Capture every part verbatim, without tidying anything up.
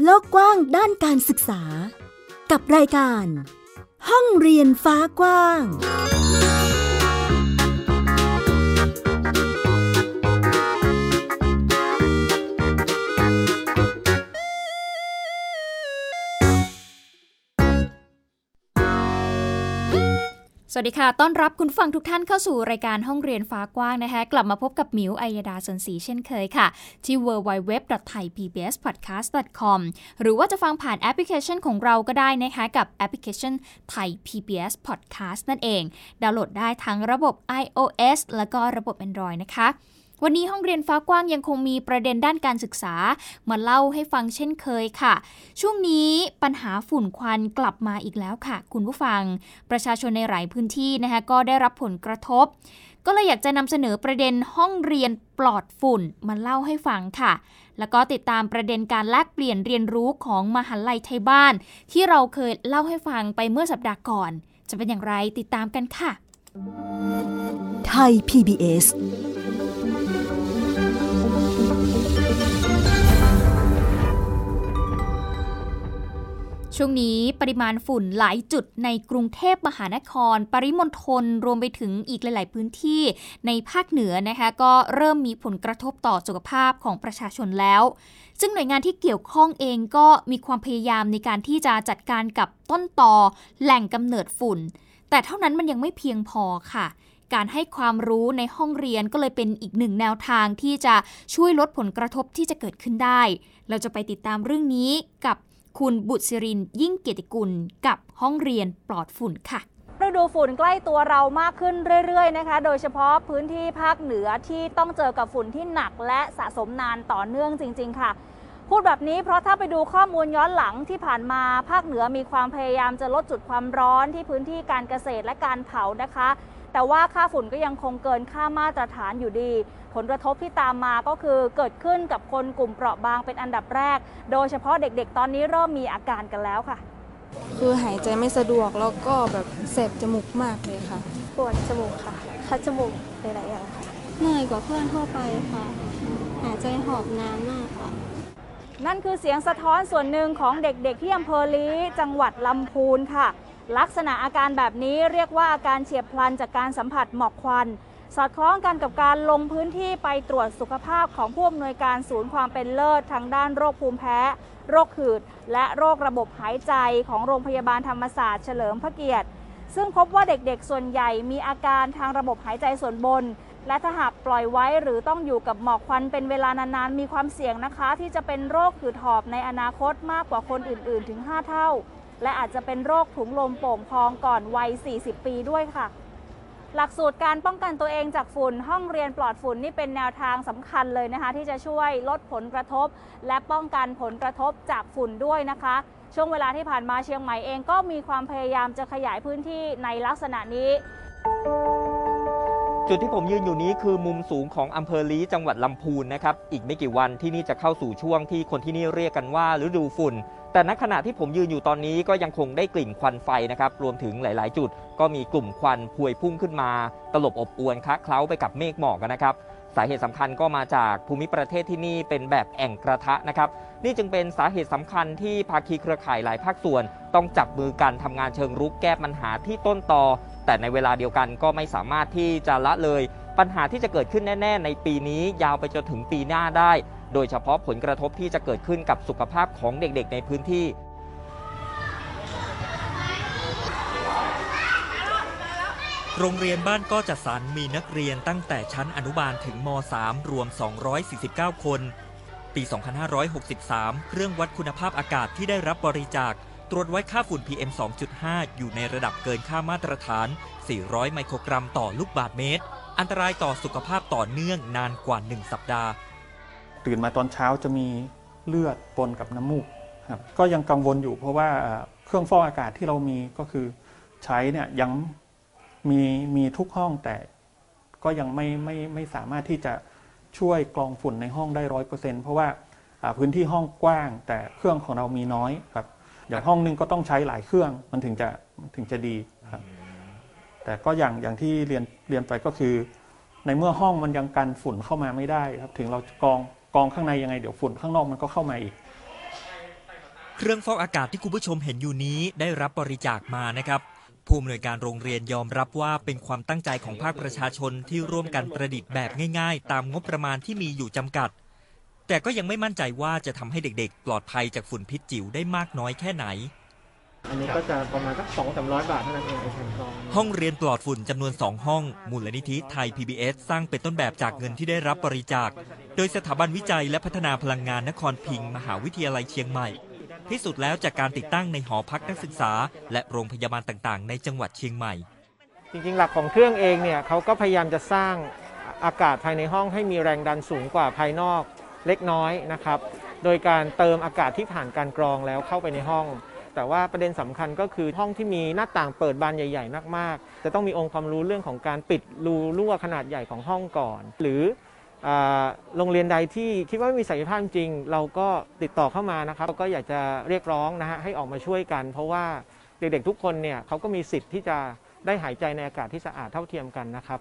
โลกกว้างด้านการศึกษากับรายการห้องเรียนฟ้ากว้างสวัสดีค่ะต้อนรับคุณฟังทุกท่านเข้าสู่รายการห้องเรียนฟ้ากว้างนะคะกลับมาพบกับหมิวอัยดาสนศรีเช่นเคยค่ะที่ ดับเบิลยู ดับเบิลยู ดับเบิลยู ดอท ไทย พี บี เอส พอดแคสต์ ดอท คอม หรือว่าจะฟังผ่านแอปพลิเคชันของเราก็ได้นะคะกับแอปพลิเคชัน Thai พี บี เอส Podcast นั่นเองดาวน์โหลดได้ทั้งระบบ iOS แล้วก็ระบบ Android นะคะวันนี้ห้องเรียนฟ้ากว้างยังคงมีประเด็นด้านการศึกษามาเล่าให้ฟังเช่นเคยค่ะช่วงนี้ปัญหาฝุ่นควันกลับมาอีกแล้วค่ะคุณผู้ฟังประชาชนในหลายพื้นที่นะคะก็ได้รับผลกระทบก็เลยอยากจะนำเสนอประเด็นห้องเรียนปลอดฝุ่นมาเล่าให้ฟังค่ะแล้วก็ติดตามประเด็นการแลกเปลี่ยนเรียนรู้ของมหาวิทยาลัยไทยบ้านที่เราเคยเล่าให้ฟังไปเมื่อสัปดาห์ก่อนจะเป็นอย่างไรติดตามกันค่ะไทย พี บี เอสช่วงนี้ปริมาณฝุ่นหลายจุดในกรุงเทพมหานครปริมณฑลรวมไปถึงอีกหลายๆพื้นที่ในภาคเหนือนะคะก็เริ่มมีผลกระทบต่อสุขภาพของประชาชนแล้วซึ่งหน่วยงานที่เกี่ยวข้องเองก็มีความพยายามในการที่จะจัดการกับต้นตอแหล่งกำเนิดฝุ่นแต่เท่านั้นมันยังไม่เพียงพอค่ะการให้ความรู้ในห้องเรียนก็เลยเป็นอีกหนึ่งแนวทางที่จะช่วยลดผลกระทบที่จะเกิดขึ้นได้เราจะไปติดตามเรื่องนี้กับคุณบุษรินทร์ยิ่งเกียรติกุลกับห้องเรียนปลอดฝุ่นค่ะฤดูฝุ่นใกล้ตัวเรามากขึ้นเรื่อยๆนะคะโดยเฉพาะพื้นที่ภาคเหนือที่ต้องเจอกับฝุ่นที่หนักและสะสมนานต่อเนื่องจริงๆค่ะพูดแบบนี้เพราะถ้าไปดูข้อมูลย้อนหลังที่ผ่านมาภาคเหนือมีความพยายามจะลดจุดความร้อนที่พื้นที่การเกษตรและการเผานะคะแต่ว่าค่าฝุ่นก็ยังคงเกินค่ามาตรฐานอยู่ดีผลกระทบที่ตามมาก็คือเกิดขึ้นกับคนกลุ่มเปราะบางเป็นอันดับแรกโดยเฉพาะเด็กๆตอนนี้เริ่มมีอาการกันแล้วค่ะคือหายใจไม่สะดวกแล้วก็แบบแสบจมูกมากเลยค่ะปวดจมูกค่ะคัดจมูกหลายๆอย่างค่ะเหนื่อยกว่าเพื่อนทั่วไปค่ะหายใจหอบนานมากค่ะนั่นคือเสียงสะท้อนส่วนหนึ่งของเด็กๆที่อำเภอลี้จังหวัดลำพูนค่ะลักษณะอาการแบบนี้เรียกว่าอาการเฉียบพลันจากการสัมผัสหมอกควันสอดคล้องกันกับการลงพื้นที่ไปตรวจสุขภาพของผู้อำนวยการศูนย์ความเป็นเลิศทางด้านโรคภูมิแพ้โรคหืดและโรคระบบหายใจของโรงพยาบาลธรรมศาสตร์เฉลิมพระเกียรติซึ่งพบว่าเด็กๆส่วนใหญ่มีอาการทางระบบหายใจส่วนบนและถ้าหากปล่อยไว้หรือต้องอยู่กับหมอกควันเป็นเวลานานๆมีความเสี่ยงนะคะที่จะเป็นโรคหืดหอบในอนาคตมากกว่าคนอื่นๆถึงห้าเท่าและอาจจะเป็นโรคถุงลมโป่งพองก่อนวัยสี่สิบปีด้วยค่ะหลักสูตรการป้องกันตัวเองจากฝุ่นห้องเรียนปลอดฝุ่นนี่เป็นแนวทางสำคัญเลยนะคะที่จะช่วยลดผลกระทบและป้องกันผลกระทบจากฝุ่นด้วยนะคะช่วงเวลาที่ผ่านมาเชียงใหม่เองก็มีความพยายามจะขยายพื้นที่ในลักษณะนี้จุดที่ผมยืนอยู่นี้คือมุมสูงของอำเภอลี้จังหวัดลำพูนนะครับอีกไม่กี่วันที่นี่จะเข้าสู่ช่วงที่คนที่นี่เรียกกันว่าฤดูฝุ่นแต่ณขณะที่ผมยืนอยู่ตอนนี้ก็ยังคงได้กลิ่นควันไฟนะครับรวมถึงหลายๆจุดก็มีกลุ่มควันพวยพุ่งขึ้นมาตลบอบอวนคละเคล้าไปกับเมฆหมอกนะครับสาเหตุสำคัญก็มาจากภูมิประเทศที่นี่เป็นแบบแอ่งกระทะนะครับนี่จึงเป็นสาเหตุสำคัญที่ภาคีเครือข่ายหลายภาคส่วนต้องจับมือกันทำงานเชิงรุกแก้ปัญหาที่ต้นตอแต่ในเวลาเดียวกันก็ไม่สามารถที่จะละเลยปัญหาที่จะเกิดขึ้นแน่ๆในปีนี้ยาวไปจนถึงปีหน้าได้โดยเฉพาะผลกระทบที่จะเกิดขึ้นกับสุขภาพของเด็กๆในพื้นที่โรงเรียนบ้านก็จัดสรรมีนักเรียนตั้งแต่ชั้นอนุบาลถึงม สาม รวม สองร้อยสี่สิบเก้า คนปี สองพันห้าร้อยหกสิบสาม เครื่องวัดคุณภาพอากาศที่ได้รับบริจาคตรวจวัดค่าฝุ่น พี เอ็ม สองจุดห้า อยู่ในระดับเกินค่ามาตรฐาน สี่ร้อย ไมโครกรัมต่อลูกบาศก์เมตรอันตรายต่อสุขภาพต่อเนื่องนานกว่าหนึ่งสัปดาห์ตื่นมาตอนเช้าจะมีเลือดปนกับน้ำมูกครับก็ยังกังวลอยู่เพราะว่าเครื่องฟอกอากาศที่เรามีก็คือใช้เนี่ยยังมีมีทุกห้องแต่ก็ยังไม่ไม่ไม่สามารถที่จะช่วยกรองฝุ่นในห้องได้ร้อยเปอร์เซ็นต์เพราะว่าพื้นที่ห้องกว้างแต่เครื่องของเรามีน้อยครับอย่างห้องนึงก็ต้องใช้หลายเครื่องมันถึงจะถึงจะดีครับแต่ก็อย่างอย่างที่เรียนเรียนไปก็คือในเมื่อห้องมันยังกันฝุ่นเข้ามาไม่ได้ครับถึงเรากรองกรองข้างในยังไงเดี๋ยวฝุ่นข้างนอกมันก็เข้ามาอีกเครื่องฟอกอากาศที่คุณผู้ชมเห็นอยู่นี้ได้รับบริจาคมานะครับผู้อำนวยการโรงเรียนยอมรับว่าเป็นความตั้งใจของภาคประชาชนที่ร่วมกันประดิษฐ์แบบง่ายๆตามงบประมาณที่มีอยู่จำกัดแต่ก็ยังไม่มั่นใจว่าจะทำให้เด็กๆปลอดภัยจากฝุ่นพิษจิ๋วได้มากน้อยแค่ไหนอันนี้ก็จะประมาณสักสองสามร้อยบาทเท่านั้นเองไอ้แผ่นกรองห้องเรียนปลอดฝุ่นจำนวนสองห้องมูลนิธิไทย พี บี เอส สร้างเป็นต้นแบบจากเงินที่ได้รับบริจาคโดยสถาบันวิจัยและพัฒนาพลังงานนครพิงค์มหาวิทยาลัยเชียงใหม่ที่สุดแล้วจากการติดตั้งในหอพักนักศึกษาและโรงพยาบาลต่างๆในจังหวัดเชียงใหม่จริงๆหลักของเครื่องเองเนี่ยเขาก็พยายามจะสร้างอากาศภายในห้องให้มีแรงดันสูงกว่าภายนอกเล็กน้อยนะครับโดยการเติมอากาศที่ผ่านการกรองแล้วเข้าไปในห้องแต่ว่าประเด็นสำคัญก็คือห้องที่มีหน้าต่างเปิดบานใหญ่ๆมากๆจะต้องมีองค์ความรู้เรื่องของการปิดรูรั่วขนาดใหญ่ของห้องก่อนหรือโรงเรียนใดที่คิดว่าไม่มีศักยภาพจริงเราก็ติดต่อเข้ามานะครับก็อยากจะเรียกร้องนะฮะให้ออกมาช่วยกันเพราะว่าเด็กๆทุกคนเนี่ยเขาก็มีสิทธิ์ที่จะได้หายใจในอากาศที่สะอาดเท่าเทียมกันนะครับ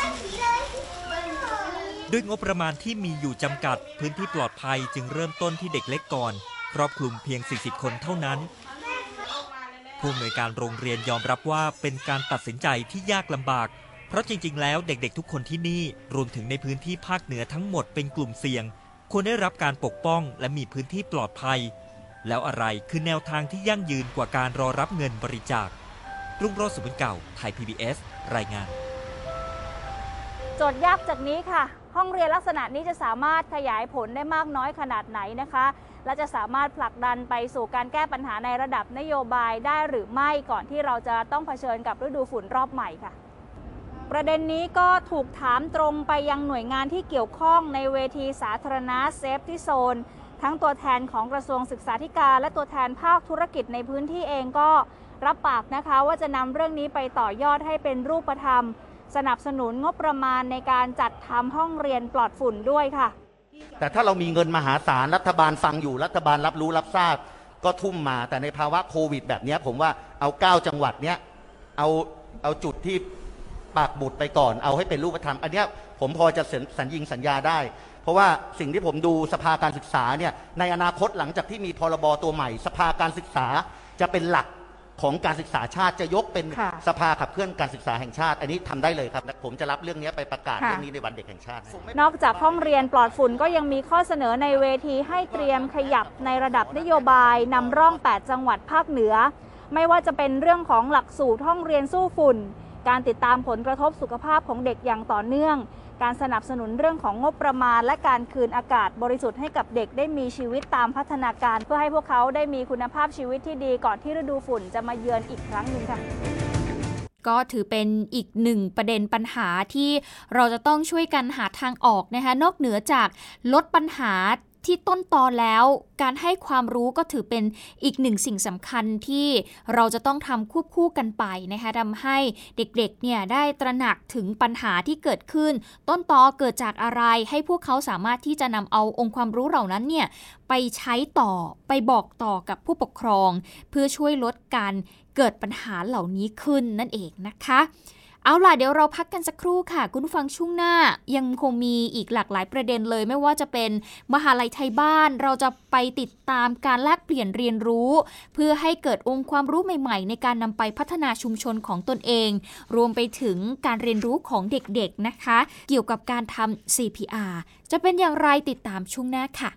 ด้วยงบประมาณที่มีอยู่จำกัดพื้นที่ปลอดภัยจึงเริ่มต้นที่เด็กเล็กก่อนครอบคลุมเพียงสี่สิบคนเท่านั้นผู้อำนวยการโรงเรียนยอมรับว่าเป็นการตัดสินใจที่ยากลำบากเพราะจริงๆแล้วเด็กๆทุกคนที่นี่รวมถึงในพื้นที่ภาคเหนือทั้งหมดเป็นกลุ่มเสี่ยงควรได้รับการปกป้องและมีพื้นที่ปลอดภัยแล้วอะไรคือแนวทางที่ยั่งยืนกว่าการรอรับเงินบริจาครุ่งโรจน์ สุวรรณเก่าไทย พี บี เอส รายงานโจทย์ยากจากนี้ค่ะห้องเรียนลักษณะนี้จะสามารถขยายผลได้มากน้อยขนาดไหนนะคะและจะสามารถผลักดันไปสู่การแก้ปัญหาในระดับนโยบายได้หรือไม่ก่อนที่เราจะต้องเผชิญกับฤดูฝุ่นรอบใหม่ค่ะประเด็นนี้ก็ถูกถามตรงไปยังหน่วยงานที่เกี่ยวข้องในเวทีสาธารณะเซฟที่โซนทั้งตัวแทนของกระทรวงศึกษาธิการและตัวแทนภาคธุรกิจในพื้นที่เองก็รับปากนะคะว่าจะนำเรื่องนี้ไปต่อยอดให้เป็นรูปธรรมสนับสนุนงบประมาณในการจัดทำห้องเรียนปลอดฝุ่นด้วยค่ะแต่ถ้าเรามีเงินมหาศาลรัฐบาลฟังอยู่รัฐบาลรับรู้รับทราบก็ทุ่มมาแต่ในภาวะโควิดแบบนี้ผมว่าเอาเก้าจังหวัดเนี้ยเอาเอาจุดที่ปากบุดไปก่อนเอาให้เป็นรูปธรรมอันนี้ผมพอจะสัญญิงสัญญาได้เพราะว่าสิ่งที่ผมดูสภาการศึกษาเนี่ยในอนาคตหลังจากที่มีพรบตัวใหม่สภาการศึกษาจะเป็นหลักของการศึกษาชาติจะยกเป็นสภาขับเคลื่อนการศึกษาแห่งชาติอันนี้ทำได้เลยครับผมจะรับเรื่องนี้ไปประกาศเรื่องนี้ในวันเด็กแห่งชาตินอกจากห้องเรียนปลอดฝุ่นก็ยังมีข้อเสนอในเวทีให้เตรียมขยับในระดับนโยบายนำร่องแปดจังหวัดภาคเหนือไม่ว่าจะเป็นเรื่องของหลักสูตรห้องเรียนสู้ฝุ่นการติดตามผลกระทบสุขภาพของเด็กอย่างต่อเนื่องการสนับสนุนเรื่องของงบประมาณและการคืนอากาศบริสุทธิ์ให้กับเด็กได้มีชีวิตตามพัฒนาการเพื่อให้พวกเขาได้มีคุณภาพชีวิตที่ดีก่อนที่ฤดูฝุ่นจะมาเยือนอีกครั้งหนึ่งค่ะก็ถือเป็นอีกหนึ่งประเด็นปัญหาที่เราจะต้องช่วยกันหาทางออกนะคะนอกเหนือจากลดปัญหาที่ต้นตอแล้วการให้ความรู้ก็ถือเป็นอีกหนึ่งสิ่งสำคัญที่เราจะต้องทำควบคู่กันไปนะคะทำให้เด็กๆเนี่ยได้ตระหนักถึงปัญหาที่เกิดขึ้นต้นตอเกิดจากอะไรให้พวกเขาสามารถที่จะนำเอาองค์ความรู้เหล่านั้นเนี่ยไปใช้ต่อไปบอกต่อกับผู้ปกครองเพื่อช่วยลดการเกิดปัญหาเหล่านี้ขึ้นนั่นเองนะคะเอาล่ะเดี๋ยวเราพักกันสักครู่ค่ะคุณผู้ฟังช่วงหน้ายังคงมีอีกหลากหลายประเด็นเลยไม่ว่าจะเป็นมหาลัยไทยบ้านเราจะไปติดตามการแลกเปลี่ยนเรียนรู้เพื่อให้เกิดองค์ความรู้ใหม่ๆในการนำไปพัฒนาชุมชนของตนเองรวมไปถึงการเรียนรู้ของเด็กๆนะคะเกี่ยวกับการทำ ซี พี อาร์ จะเป็นอย่างไรติดตามช่วงหน้าค่ะ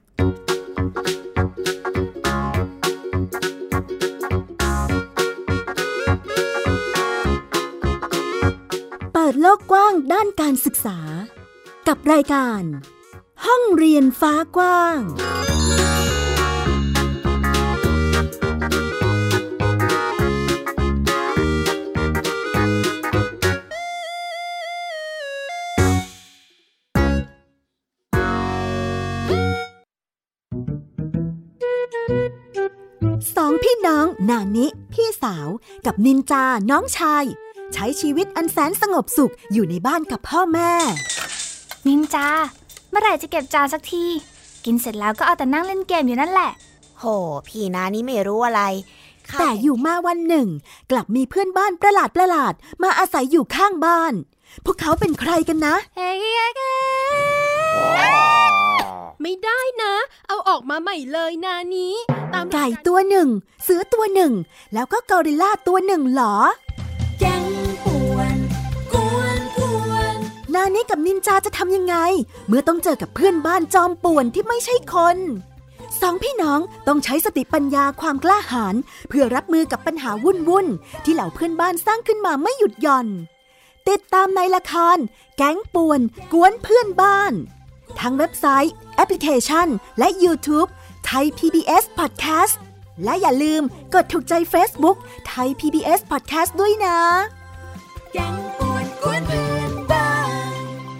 เปิดโลกกว้างด้านการศึกษากับรายการห้องเรียนฟ้ากว้างสองพี่น้องนานิพี่สาวกับนินจาน้องชายใช้ชีวิตอันแสนสงบสุขอยู่ในบ้านกับพ่อแม่นินจาเมื่อไหร่จะเก็บจานสักทีกินเสร็จแล้วก็เอาแต่นั่งเล่นเกมอยู่นั่นแหละโหพี่นานี่ไม่รู้อะไรแต่อยู่มาวันหนึ่งกลับมีเพื่อนบ้านประหลาดประหลาดมาอาศัยอยู่ข้างบ้านพวกเขาเป็นใครกันนะไม่ได้นะเอาออกมาใหม่เลยนานี้ตามไก่ตัวหนึ่งเสือตัวหนึ่งแล้วก็กอริลลาตัวหนึ่งเหรอแก๊งป่วนกวนกวนนานี้กับนินจาจะทำยังไงเมื่อต้องเจอกับเพื่อนบ้านจอมป่วนที่ไม่ใช่คนสองพี่น้องต้องใช้สติปัญญาความกล้าหาญเพื่อรับมือกับปัญหาวุ่นๆที่เหล่าเพื่อนบ้านสร้างขึ้นมาไม่หยุดหย่อนติดตามในละครแก๊งป่วนกวนเพื่อนบ้านทั้งเว็บไซต์แอปพลิเคชันและ YouTube ไทย พี บี เอส Podcast และอย่าลืมกดถูกใจ Facebook ไทย พี บี เอส Podcast ด้วยนะแก๊งป่วนกวนเพื่อนบ้าน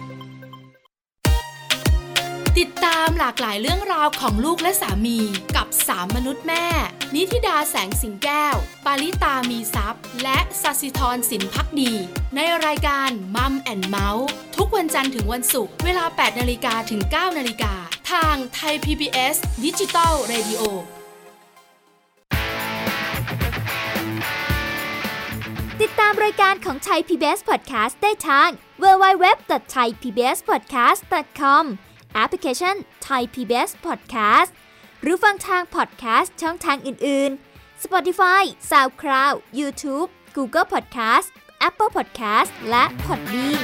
ติดตามหลากหลายเรื่องราวของลูกและสามีกับสามมนุษย์แม่นิธิดาแสงสิงแก้วปาริตามีทรัพย์และสัสิธรสินภักดีในรายการมัมแอนด์เมาส์ทุกวันจันทร์ถึงวันศุกร์เวลา แปดนาฬิกา ถึง เก้านาฬิกาทางไทย พี บี เอส Digital Radio ติดตามรายการของ Thai พี บี เอส Podcast ได้ทาง ดับเบิลยู ดับเบิลยู ดับเบิลยู ดอท ไทย พี บี เอส พอดแคสต์ ดอท คอม แอปพลิเคชัน Thai พี บี เอส Podcast หรือฟังทาง podcast ช่องทางอื่นๆ Spotify, SoundCloud, YouTube, Google Podcast, Apple Podcast และ Podbean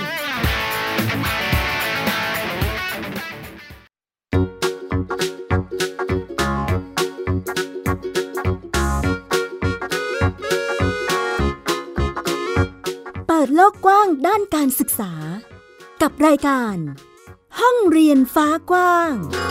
เปิดโลกกว้างด้านการศึกษากับรายการห้องเรียนฟ้ากว้าง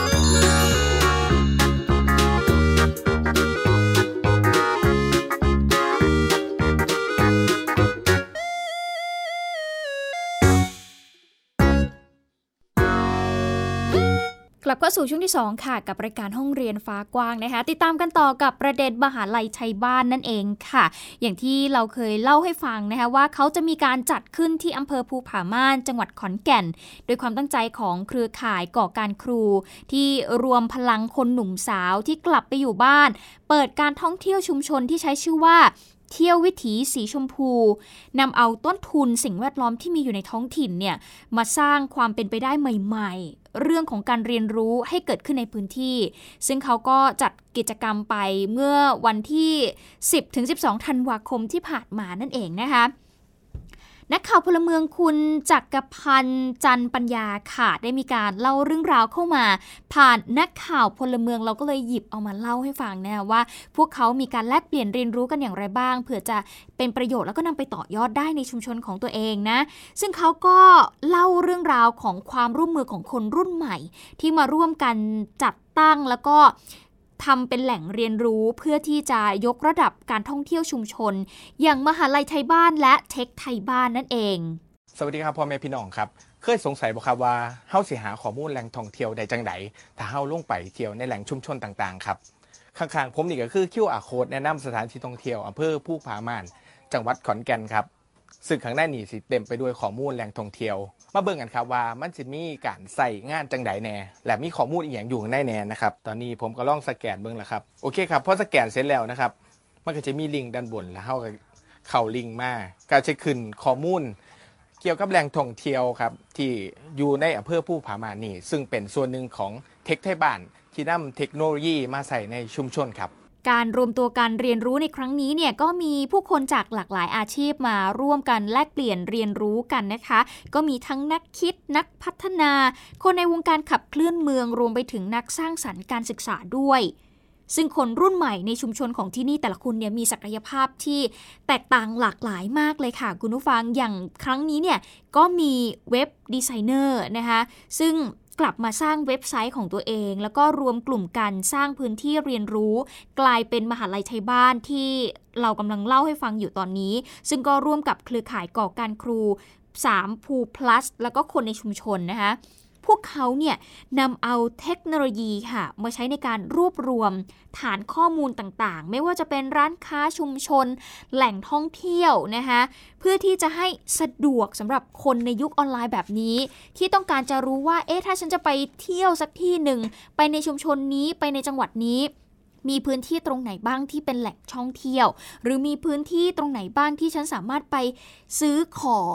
กลับเข้าสู่ช่วงที่สองค่ะกับรายการห้องเรียนฟ้ากว้างนะคะติดตามกันต่อกับประเด็นมหาลัยชัยบ้านนั่นเองค่ะอย่างที่เราเคยเล่าให้ฟังนะคะว่าเขาจะมีการจัดขึ้นที่อำเภอภูผาม่านจังหวัดขอนแก่นโดยความตั้งใจของเครือข่ายก่อการครูที่รวมพลังคนหนุ่มสาวที่กลับไปอยู่บ้านเปิดการท่องเที่ยวชุมชนที่ใช้ชื่อว่าเที่ยววิถีสีชมพูนำเอาต้นทุนสิ่งแวดล้อมที่มีอยู่ในท้องถิ่นเนี่ยมาสร้างความเป็นไปได้ใหม่ๆเรื่องของการเรียนรู้ให้เกิดขึ้นในพื้นที่ซึ่งเขาก็จัดกิจกรรมไปเมื่อวันที่ สิบถึงสิบสอง ธันวาคมที่ผ่านมานั่นเองนะคะนักข่าวพลเมืองคุณจักรพันธ์จันปัญญาค่ะได้มีการเล่าเรื่องราวเข้ามาผ่านนักข่าวพลเมืองเราก็เลยหยิบเอามาเล่าให้ฟังนะคะว่าพวกเขามีการแลกเปลี่ยนเรียนรู้กันอย่างไรบ้างเผื่อจะเป็นประโยชน์แล้วก็นำไปต่อยอดได้ในชุมชนของตัวเองนะซึ่งเขาก็เล่าเรื่องราวของความร่วมมือของคนรุ่นใหม่ที่มาร่วมกันจัดตั้งแล้วก็ทำเป็นแหล่งเรียนรู้เพื่อที่จะยกระดับการท่องเที่ยวชุมชนอย่างมหาลัยไทยบ้านและเทคไทยบ้านนั่นเองสวัสดีครับพ่อแม่พี่น้องครับเคยสงสัยบ่ครับว่าเฮาสิหาข้อมูลแหล่งท่องเที่ยวได้จังไดถ้าเฮาลงไปเที่ยวในแหล่งชุมชนต่างๆครับข้างๆผมนี่ก็คือ คิว อาร์ Code แนะนำสถานที่ท่องเที่ยวอำเภอภูผาม่านจังหวัดขอนแก่นครับซึ่งข้างในนี่สิเต็มไปด้วยข้อมูลแหล่งท่องเที่ยวมาเบิ่งกันครับว่ามันจะมีการใส่งานจังไดแน่และมีข้อมูลอีหยังอยู่ข้างในแน่นะครับตอนนี้ผมก็ลองสแกนเบิ่งแล้วครับโอเคครับพอสแกนเสร็จแล้วนะครับมันก็จะมีลิงก์ด้านบนแล้วเฮาก็เข้าลิงก์มาก็จะขึ้นข้อมูลเกี่ยวกับแหล่งท่องเที่ยวครับที่อยู่ในอำเภอภูผาม่านนี่ซึ่งเป็นส่วนหนึ่งของเทคไทยบ้านที่นำเทคโนโลยีมาใส่ในชุมชนครับการรวมตัวการเรียนรู้ในครั้งนี้เนี่ยก็มีผู้คนจากหลากหลายอาชีพมาร่วมกันแลกเปลี่ยนเรียนรู้กันนะคะก็มีทั้งนักคิดนักพัฒนาคนในวงการขับเคลื่อนเมืองรวมไปถึงนักสร้างสรรค์การศึกษาด้วยซึ่งคนรุ่นใหม่ในชุมชนของที่นี่แต่ละคนเนี่ยมีศักยภาพที่แตกต่างหลากหลายมากเลยค่ะคุณผู้ฟังอย่างครั้งนี้เนี่ยก็มีเว็บดีไซเนอร์นะคะซึ่งกลับมาสร้างเว็บไซต์ของตัวเองแล้วก็รวมกลุ่มกันสร้างพื้นที่เรียนรู้กลายเป็นมหาลัยไทยบ้านที่เรากำลังเล่าให้ฟังอยู่ตอนนี้ซึ่งก็ร่วมกับเครือข่ายก่อการครูสามภู plus แล้วก็คนในชุมชนนะคะพวกเขาเนี่ยนำเอาเทคโนโลยีค่ะมาใช้ในการรวบรวมฐานข้อมูลต่างๆไม่ว่าจะเป็นร้านค้าชุมชนแหล่งท่องเที่ยวนะคะเพื่อที่จะให้สะดวกสำหรับคนในยุคออนไลน์แบบนี้ที่ต้องการจะรู้ว่าเอ๊ะถ้าฉันจะไปเที่ยวสักที่หนึ่งไปในชุมชนนี้ไปในจังหวัดนี้มีพื้นที่ตรงไหนบ้างที่เป็นแหล่งท่องเที่ยวหรือมีพื้นที่ตรงไหนบ้างที่ฉันสามารถไปซื้อของ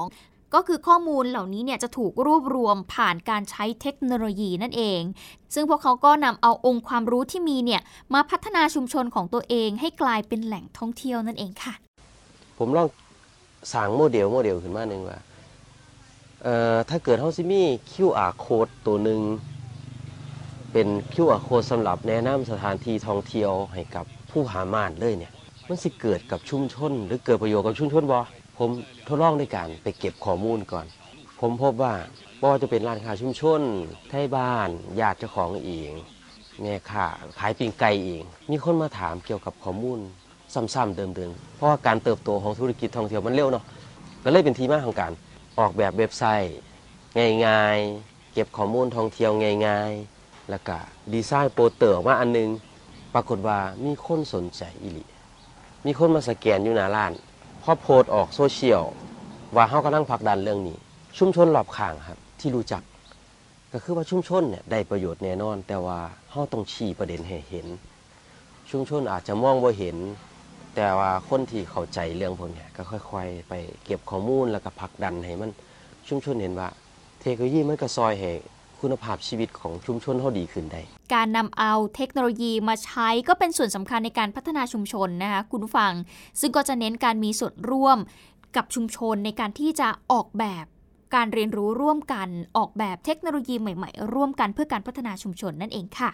ก็คือข้อมูลเหล่านี้เนี่ยจะถูกรวบรวมผ่านการใช้เทคโนโลยีนั่นเองซึ่งพวกเขาก็นำเอาองค์ความรู้ที่มีเนี่ยมาพัฒนาชุมชนของตัวเองให้กลายเป็นแหล่งท่องเที่ยวนั่นเองค่ะผมลองสร้างโมเดลโมเดลขึ้นมาหนึ่งว่าเอ่อถ้าเกิดเฮาสิมี คิว อาร์ Code ตัวหนึ่งเป็น คิว อาร์ Code สำหรับแนะนำสถานที่ท่องเที่ยวให้กับผู้หาม่านเลยเนี่ยมันสิเกิดกับชุมชนหรือเกิดประโยชน์กับชุมชนบ่ผมทดลองในการไปเก็บข้อมูลก่อนผมพบว่าบ่ว่าจะเป็นร้านค้าชุมชนไทยบ้านญาติเจ้าของเองแม่ค้าขายปิ้งไก่เองมีคนมาถามเกี่ยวกับข้อมูลซ้ำๆเดิมๆเพราะว่าการเติบโตของธุรกิจท่องเที่ยวมันเร็วเนาะก็เลยเป็นที่มาของการออกแบบเว็บไซต์ง่ายๆเก็บข้อมูลท่องเที่ยวง่ายๆแล้วก็ดีไซน์โปสเตอร์ออกมาอันนึงปรากฏว่ามีคนสนใจอีหลีมีคนมาสแกนอยู่หน้าร้านพอโพสต์ออกโซเชียลว่าเฮากำลังผลักดันเรื่องนี้ชุมชนรอบข้างครับที่รู้จักก็คือว่าชุมชนเนี่ยได้ประโยชน์แน่นอนแต่ว่าเฮาต้องชี้ประเด็นให้เห็นชุมชนอาจจะมองบ่เห็นแต่ว่าคนที่เข้าใจเรื่องพวกนี้ก็ค่อยๆไปเก็บข้อมูลแล้วก็ผลักดันให้มันชุมชนเห็นว่าเทคโนโลยีมันก็ซอยให้คุณภาพชีวิตของชุมชนเฮาดีขึ้นได้การนำเอาเทคโนโลยีมาใช้ก็เป็นส่วนสำคัญในการพัฒนาชุมชนนะคะคุณผู้ฟังซึ่งก็จะเน้นการมีส่วนร่วมกับชุมชนในการที่จะออกแบบการเรียนรู้ร่วมกันออกแบบเทคโนโลยีใหม่ๆร่วมกันเพื่อการพัฒนาชุมชนนั่นเองค่ะ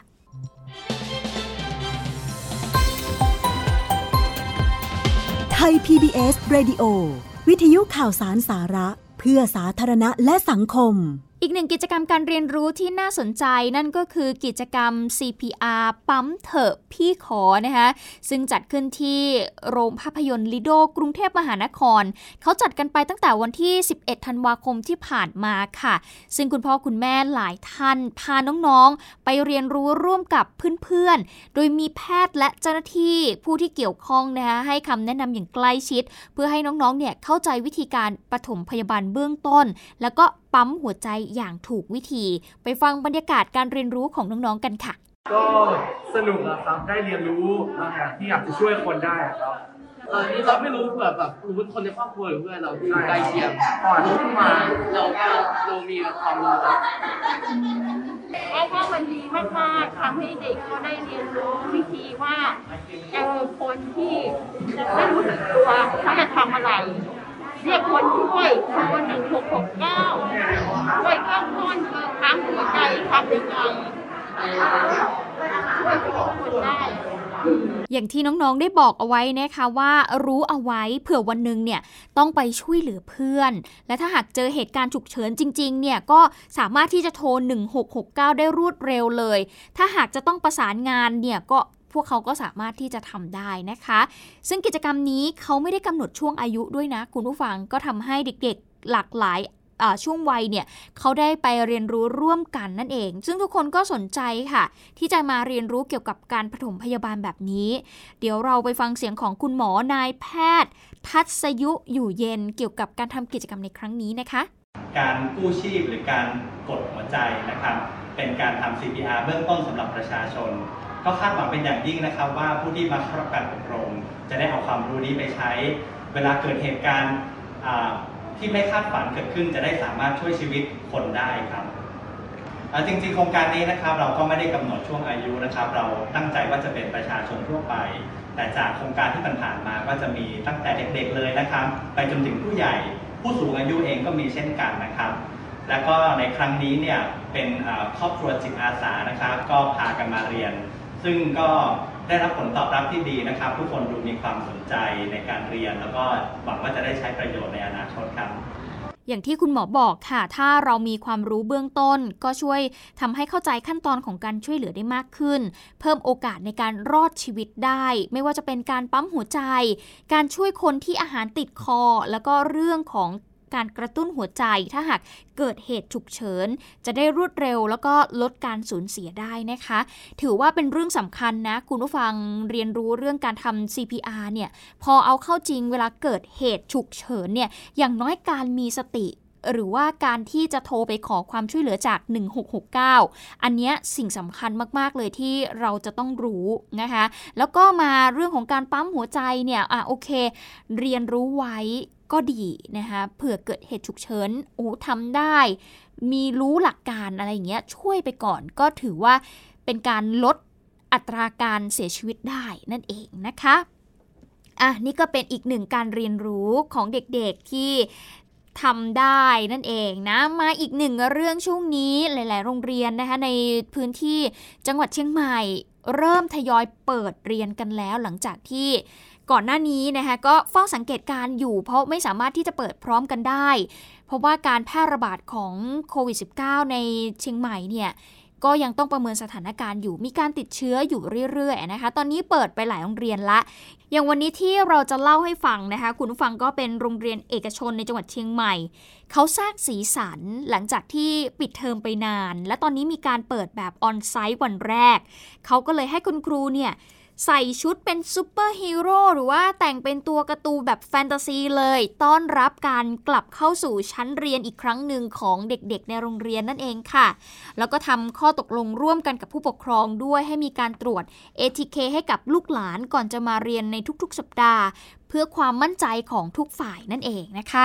ไทย พี บี เอส Radio วิทยุข่าวสารสาระเพื่อสาธารณะและสังคมอีกหนึ่งกิจกรรมการเรียนรู้ที่น่าสนใจนั่นก็คือกิจกรรม ซี พี อาร์ ปั๊มเถอะพี่ขอนะคะซึ่งจัดขึ้นที่โรงภาพยนตร์ลิโดกรุงเทพมหานครเขาจัดกันไปตั้งแต่วันที่สิบเอ็ดธันวาคมที่ผ่านมาค่ะซึ่งคุณพ่อคุณแม่หลายท่านพาน้องๆไปเรียนรู้ร่วมกับเพื่อนๆโดยมีแพทย์และเจ้าหน้าที่ผู้ที่เกี่ยวข้องนะคะให้คำแนะนำอย่างใกล้ชิดเพื่อให้น้องๆเนี่ยเข้าใจวิธีการปฐมพยาบาลเบื้องต้นแล้วก็ปั๊มหัวใจอย่างถูกวิธีไปฟังบรรยากาศการเรียนรู้ของน้องๆกันค่ะก็สนุกครับได้เรียนรู้ที่อยากจะช่วยคนได้ครับเออนี่เราไม่รู้แบบแบบรู้คนในครอบครัวหรือเพื่อนเราที่ใกล้เคียงก่อนที่มาเราเรามีความรู้ไอ้ว่ามันดีมากๆทำให้เด็กเขาได้เรียนรู้วิธีว่าเออคนที่ไม่รู้สึกตัวเขาจะทำอะไรเรียกคนช่วยคนหนึ่งหกหกเก้าช่วยข้างต้นคือทำหัวใจทำยังไงช่วยคนได้อย่างที่น้องๆได้บอกเอาไว้นะคะว่ารู้เอาไว้เผื่อวันนึงเนี่ยต้องไปช่วยเหลือเพื่อนและถ้าหากเจอเหตุการณ์ฉุกเฉินจริงๆเนี่ยก็สามารถที่จะโทรหนึ่งหกหกเก้าได้รวดเร็วเลยถ้าหากจะต้องประสานงานเนี่ยก็พวกเขาก็สามารถที่จะทำได้นะคะซึ่งกิจกรรมนี้เขาไม่ได้กำหนดช่วงอายุด้วยนะคุณผู้ฟังก็ทำให้เด็กๆหลากหลายช่วงวัยเนี่ยเขาได้ไปเรียนรู้ร่วมกันนั่นเองซึ่งทุกคนก็สนใจค่ะที่จะมาเรียนรู้เกี่ยวกับการปฐมพยาบาลแบบนี้เดี๋ยวเราไปฟังเสียงของคุณหมอนายแพทย์ทัศยุอยู่เย็นเกี่ยวกับการทำกิจกรรมในครั้งนี้นะคะการกู้ชีพหรือการกดหัวใจนะครับเป็นการทำ ซี พี อาร์ เบื้องต้นสำหรับประชาชนก็คาดหวังเป็นอย่างยิ่งนะครับว่าผู้ที่มาเข้ารับการอบรมจะได้เอาความรู้นี้ไปใช้เวลาเกิดเหตุการณ์ที่ไม่คาดฝันเกิดขึ้นจะได้สามารถช่วยชีวิตคนได้ครับจริงๆโครงการนี้นะครับเราก็ไม่ได้กำหนดช่วงอายุนะครับเราตั้งใจว่าจะเป็นประชาชนทั่วไปแต่จากโครงการที่ผ่านๆมาก็จะมีตั้งแต่เด็กๆเลยนะครับไปจนถึงผู้ใหญ่ผู้สูงอายุเองก็มีเช่นกันนะครับแล้วก็ในครั้งนี้เนี่ยเป็นครอบครัวจิตอาสานะครับก็พากันมาเรียนซึ่งก็ได้รับผลตอบรับที่ดีนะครับทุกคนดูมีความสนใจในการเรียนแล้วก็หวังว่าจะได้ใช้ประโยชน์ในอนาคตครับอย่างที่คุณหมอบอกค่ะถ้าเรามีความรู้เบื้องต้นก็ช่วยทำให้เข้าใจขั้นตอนของการช่วยเหลือได้มากขึ้นเพิ่มโอกาสในการรอดชีวิตได้ไม่ว่าจะเป็นการปั๊มหัวใจการช่วยคนที่อาหารติดคอแล้วก็เรื่องของการกระตุ้นหัวใจถ้าหากเกิดเหตุฉุกเฉินจะได้รวดเร็วแล้วก็ลดการสูญเสียได้นะคะถือว่าเป็นเรื่องสำคัญนะคุณผู้ฟังเรียนรู้เรื่องการทำ ซี พี อาร์ เนี่ยพอเอาเข้าจริงเวลาเกิดเหตุฉุกเฉินเนี่ยอย่างน้อยการมีสติหรือว่าการที่จะโทรไปขอความช่วยเหลือจากหนึ่งหกหกเก้าอันเนี้ยสิ่งสำคัญมากๆเลยที่เราจะต้องรู้นะคะแล้วก็มาเรื่องของการปั๊มหัวใจเนี่ยอ่ะโอเคเรียนรู้ไว้ก็ดีนะคะเผื่อเกิดเหตุฉุกเฉินโอ้ทำได้มีรู้หลักการอะไรอย่างเงี้ยช่วยไปก่อนก็ถือว่าเป็นการลดอัตราการเสียชีวิตได้นั่นเองนะคะอ่ะนี่ก็เป็นอีกหนึ่งการเรียนรู้ของเด็กๆที่ทำได้นั่นเองนะมาอีกหนึ่งเรื่องช่วงนี้หลายๆโรงเรียนนะคะในพื้นที่จังหวัดเชียงใหม่เริ่มทยอยเปิดเรียนกันแล้วหลังจากที่ก่อนหน้านี้นะคะก็เฝ้าสังเกตการอยู่เพราะไม่สามารถที่จะเปิดพร้อมกันได้เพราะว่าการแพร่ระบาดของโควิด สิบเก้า ในเชียงใหม่เนี่ยก็ยังต้องประเมินสถานการณ์อยู่มีการติดเชื้ออยู่เรื่อยๆนะคะตอนนี้เปิดไปหลายโรงเรียนละอย่างวันนี้ที่เราจะเล่าให้ฟังนะคะคุณผู้ฟังก็เป็นโรงเรียนเอกชนในจังหวัดเชียงใหม่เขาสร้างสีสันหลังจากที่ปิดเทอมไปนานและตอนนี้มีการเปิดแบบออนไซต์วันแรกเขาก็เลยให้คุณครูเนี่ยใส่ชุดเป็นซูเปอร์ฮีโร่หรือว่าแต่งเป็นตัวการ์ตูนแบบแฟนตาซีเลยต้อนรับการกลับเข้าสู่ชั้นเรียนอีกครั้งหนึ่งของเด็กๆในโรงเรียนนั่นเองค่ะแล้วก็ทำข้อตกลงร่วมกันกับผู้ปกครองด้วยให้มีการตรวจ เอ ที เค ให้กับลูกหลานก่อนจะมาเรียนในทุกๆสัปดาห์เพื่อความมั่นใจของทุกฝ่ายนั่นเองนะคะ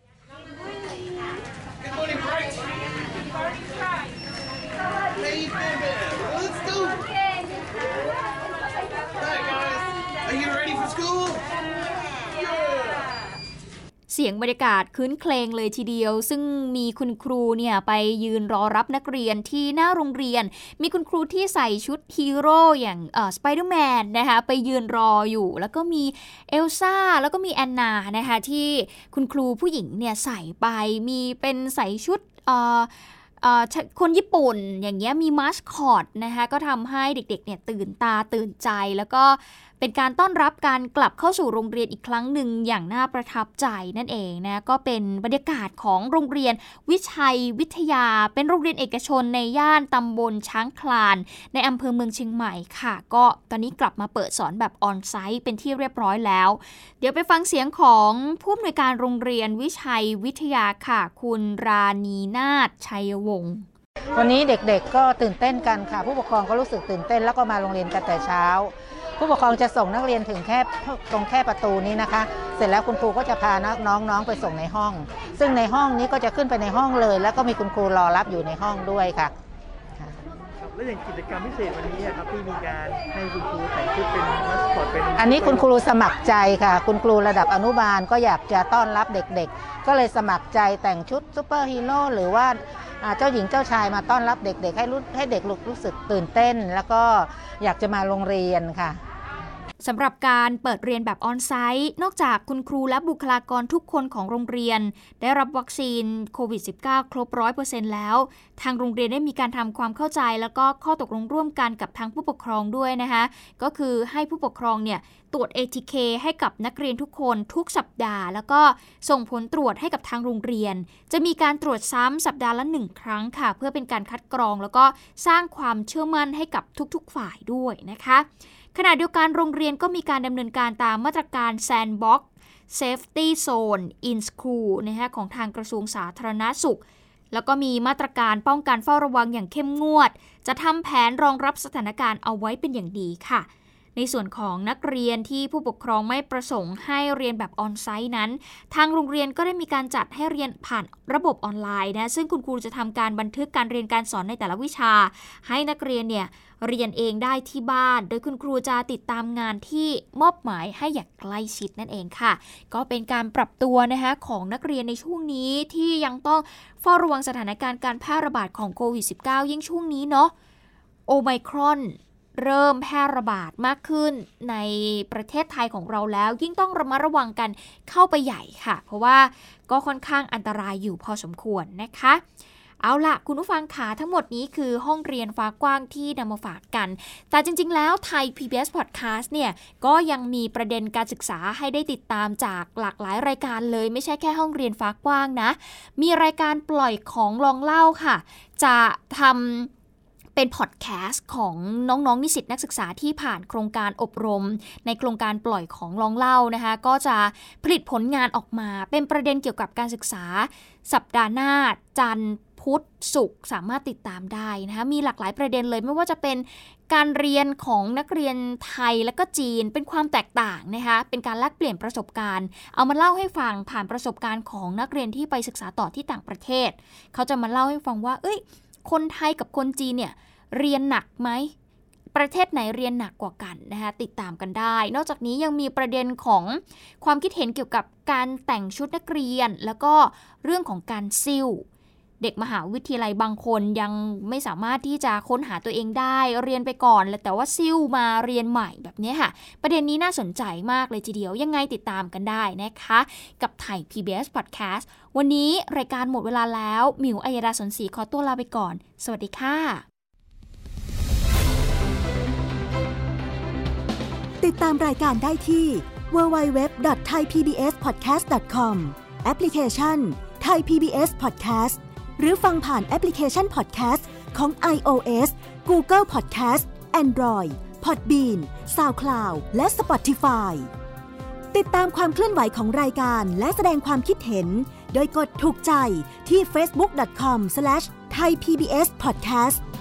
เสียงบรรยากาศคืนเครงเลยทีเดียวซึ่งมีคุณครูเนี่ยไปยืนรอรับนักเรียนที่หน้าโรงเรียนมีคุณครูที่ใส่ชุดฮีโร่อย่างเอ่อสไปเดอร์แมนนะคะไปยืนรออยู่แล้วก็มีเอลซ่าแล้วก็มีแอนนานะคะที่คุณครูผู้หญิงเนี่ยใส่ไปมีเป็นใส่ชุดเอ่อคนญี่ปุ่นอย่างเงี้ยมีมาสคอตนะคะก็ทำให้เด็กๆเนี่ยตื่นตาตื่นใจแล้วก็เป็นการต้อนรับการกลับเข้าสู่โรงเรียนอีกครั้งหนึ่งอย่างน่าประทับใจนั่นเองนะก็เป็นบรรยากาศของโรงเรียนวิชัยวิทยาเป็นโรงเรียนเอกชนในย่านตำบลช้างคลานในอำเภอเมืองเชียงใหม่ค่ะก็ตอนนี้กลับมาเปิดสอนแบบออนไซต์เป็นที่เรียบร้อยแล้วเดี๋ยวไปฟังเสียงของผู้อำนวยการโรงเรียนวิชัยวิทยาค่ะคุณราณีนาถชัยวงศ์วันนี้เด็กๆก็ตื่นเต้นกันค่ะผู้ปกครองก็รู้สึกตื่นเต้นแล้วก็มาโรงเรียนกันแต่เช้าผู้ปกครองจะส่งนักเรียนถึงแค่ตรงแค่ประตูนี้นะคะเสร็จแล้วคุณครูก็จะพาน้องๆไปส่งในห้องซึ่งในห้องนี้ก็จะขึ้นไปในห้องเลยแล้วก็มีคุณครูรอรับอยู่ในห้องด้วยค่ะแล้วอย่างกิจกรรมพิเศษวันนี้ครับที่มีการให้คุณครูแต่งชุดเป็นมาสคอตเป็นอันนี้คุณครูสมัครใจค่ะคุณครูระดับอนุบาลก็อยากจะต้อนรับเด็กๆก็เลยสมัครใจแต่งชุดซูเปอร์ฮีโร่หรือว่าเจ้าหญิงเจ้าชายมาต้อนรับเด็กๆให้รู้ให้เด็กรู้สึกตื่นเต้นแล้วก็อยากจะมาโรงเรียนค่ะสำหรับการเปิดเรียนแบบออนไซต์นอกจากคุณครูและบุคลากรทุกคนของโรงเรียนได้รับวัคซีนโควิด สิบเก้า ครบ ร้อยเปอร์เซ็นต์ แล้วทางโรงเรียนได้มีการทำความเข้าใจแล้วก็ข้อตกลงร่วมกันกับทางผู้ปกครองด้วยนะคะก็คือให้ผู้ปกครองเนี่ยตรวจ เอ ที เค ให้กับนักเรียนทุกคนทุกสัปดาห์แล้วก็ส่งผลตรวจให้กับทางโรงเรียนจะมีการตรวจซ้ำสัปดาห์ละหนึ่งครั้งค่ะเพื่อเป็นการคัดกรองแล้วก็สร้างความเชื่อมั่นให้กับทุกๆฝ่ายด้วยนะคะขณะเดียวกันโรงเรียนก็มีการดำเนินการตามมาตรการ Sandbox Safety Zone in School นะคะของทางกระทรวงสาธารณสุขแล้วก็มีมาตรการป้องกันเฝ้าระวังอย่างเข้มงวดจะทำแผนรองรับสถานการณ์เอาไว้เป็นอย่างดีค่ะในส่วนของนักเรียนที่ผู้ปกครองไม่ประสงค์ให้เรียนแบบออนไซต์นั้นทางโรงเรียนก็ได้มีการจัดให้เรียนผ่านระบบออนไลน์นะซึ่งคุณครูจะทำการบันทึกการเรียนการสอนในแต่ละวิชาให้นักเรียนเนี่ยเรียนเองได้ที่บ้านโดยคุณครูจะติดตามงานที่มอบหมายให้อย่างใกล้ชิดนั่นเองค่ะก็เป็นการปรับตัวนะคะของนักเรียนในช่วงนี้ที่ยังต้องเฝ้าระวังสถานการณ์การแพร่ระบาดของโควิด สิบเก้า ยิ่งช่วงนี้เนาะโอไมครอนเริ่มแพร่ระบาดมากขึ้นในประเทศไทยของเราแล้วยิ่งต้องระมัดระวังกันเข้าไปใหญ่ค่ะเพราะว่าก็ค่อนข้างอันตรายอยู่พอสมควรนะคะเอาล่ะคุณผู้ฟังขาทั้งหมดนี้คือห้องเรียนฟ้ากว้างที่นำมาฝากกันแต่จริงๆแล้วไทย พี บี เอส Podcast เนี่ยก็ยังมีประเด็นการศึกษาให้ได้ติดตามจากหลากหลายรายการเลยไม่ใช่แค่ห้องเรียนฟ้ากว้างนะมีรายการปล่อยของลองเล่าค่ะจะทำเป็นพอดแคสต์ของน้องๆนิสิตนักศึกษาที่ผ่านโครงการอบรมในโครงการปล่อยของลองเล่านะคะก็จะผลิตผลงานออกมาเป็นประเด็นเกี่ยวกับการศึกษาสัปดาห์หน้าจันทร์พพุธศุกร์สามารถติดตามได้นะคะมีหลากหลายประเด็นเลยไม่ว่าจะเป็นการเรียนของนักเรียนไทยและก็จีนเป็นความแตกต่างนะคะเป็นการแลกเปลี่ยนประสบการณ์เอามาเล่าให้ฟังผ่านประสบการณ์ของนักเรียนที่ไปศึกษาต่อที่ต่างประเทศเขาจะมาเล่าให้ฟังว่าเอ้ยคนไทยกับคนจีนเนี่ยเรียนหนักไหมประเทศไหนเรียนหนักกว่ากันนะคะติดตามกันได้นอกจากนี้ยังมีประเด็นของความคิดเห็นเกี่ยวกับการแต่งชุดนักเรียนแล้วก็เรื่องของการซิ่วเด็กมหาวิทยาลัยบางคนยังไม่สามารถที่จะค้นหาตัวเองได้เรียนไปก่อนแต่ว่าซิ่วมาเรียนใหม่แบบนี้ค่ะประเด็นนี้น่าสนใจมากเลยทีเดียวยังไงติดตามกันได้นะคะกับไทย พี บี เอส Podcast วันนี้รายการหมดเวลาแล้วหมิวอัยดาสนศรีขอตัวลาไปก่อนสวัสดีค่ะติดตามรายการได้ที่ ดับเบิลยู ดับเบิลยู ดับเบิลยู ดอท ไทย พี บี เอส พอดแคสต์ ดอท คอม แอปพลิเคชัน Thai พี บี เอส Podcast หรือฟังผ่านแอปพลิเคชัน Podcast ของ iOS Google Podcast Android Podbean SoundCloud และ Spotify ติดตามความเคลื่อนไหวของรายการและแสดงความคิดเห็นโดยกดถูกใจที่ เฟซบุ๊ก ดอท คอม สแลช ไทย พี บี เอส พอดแคสต์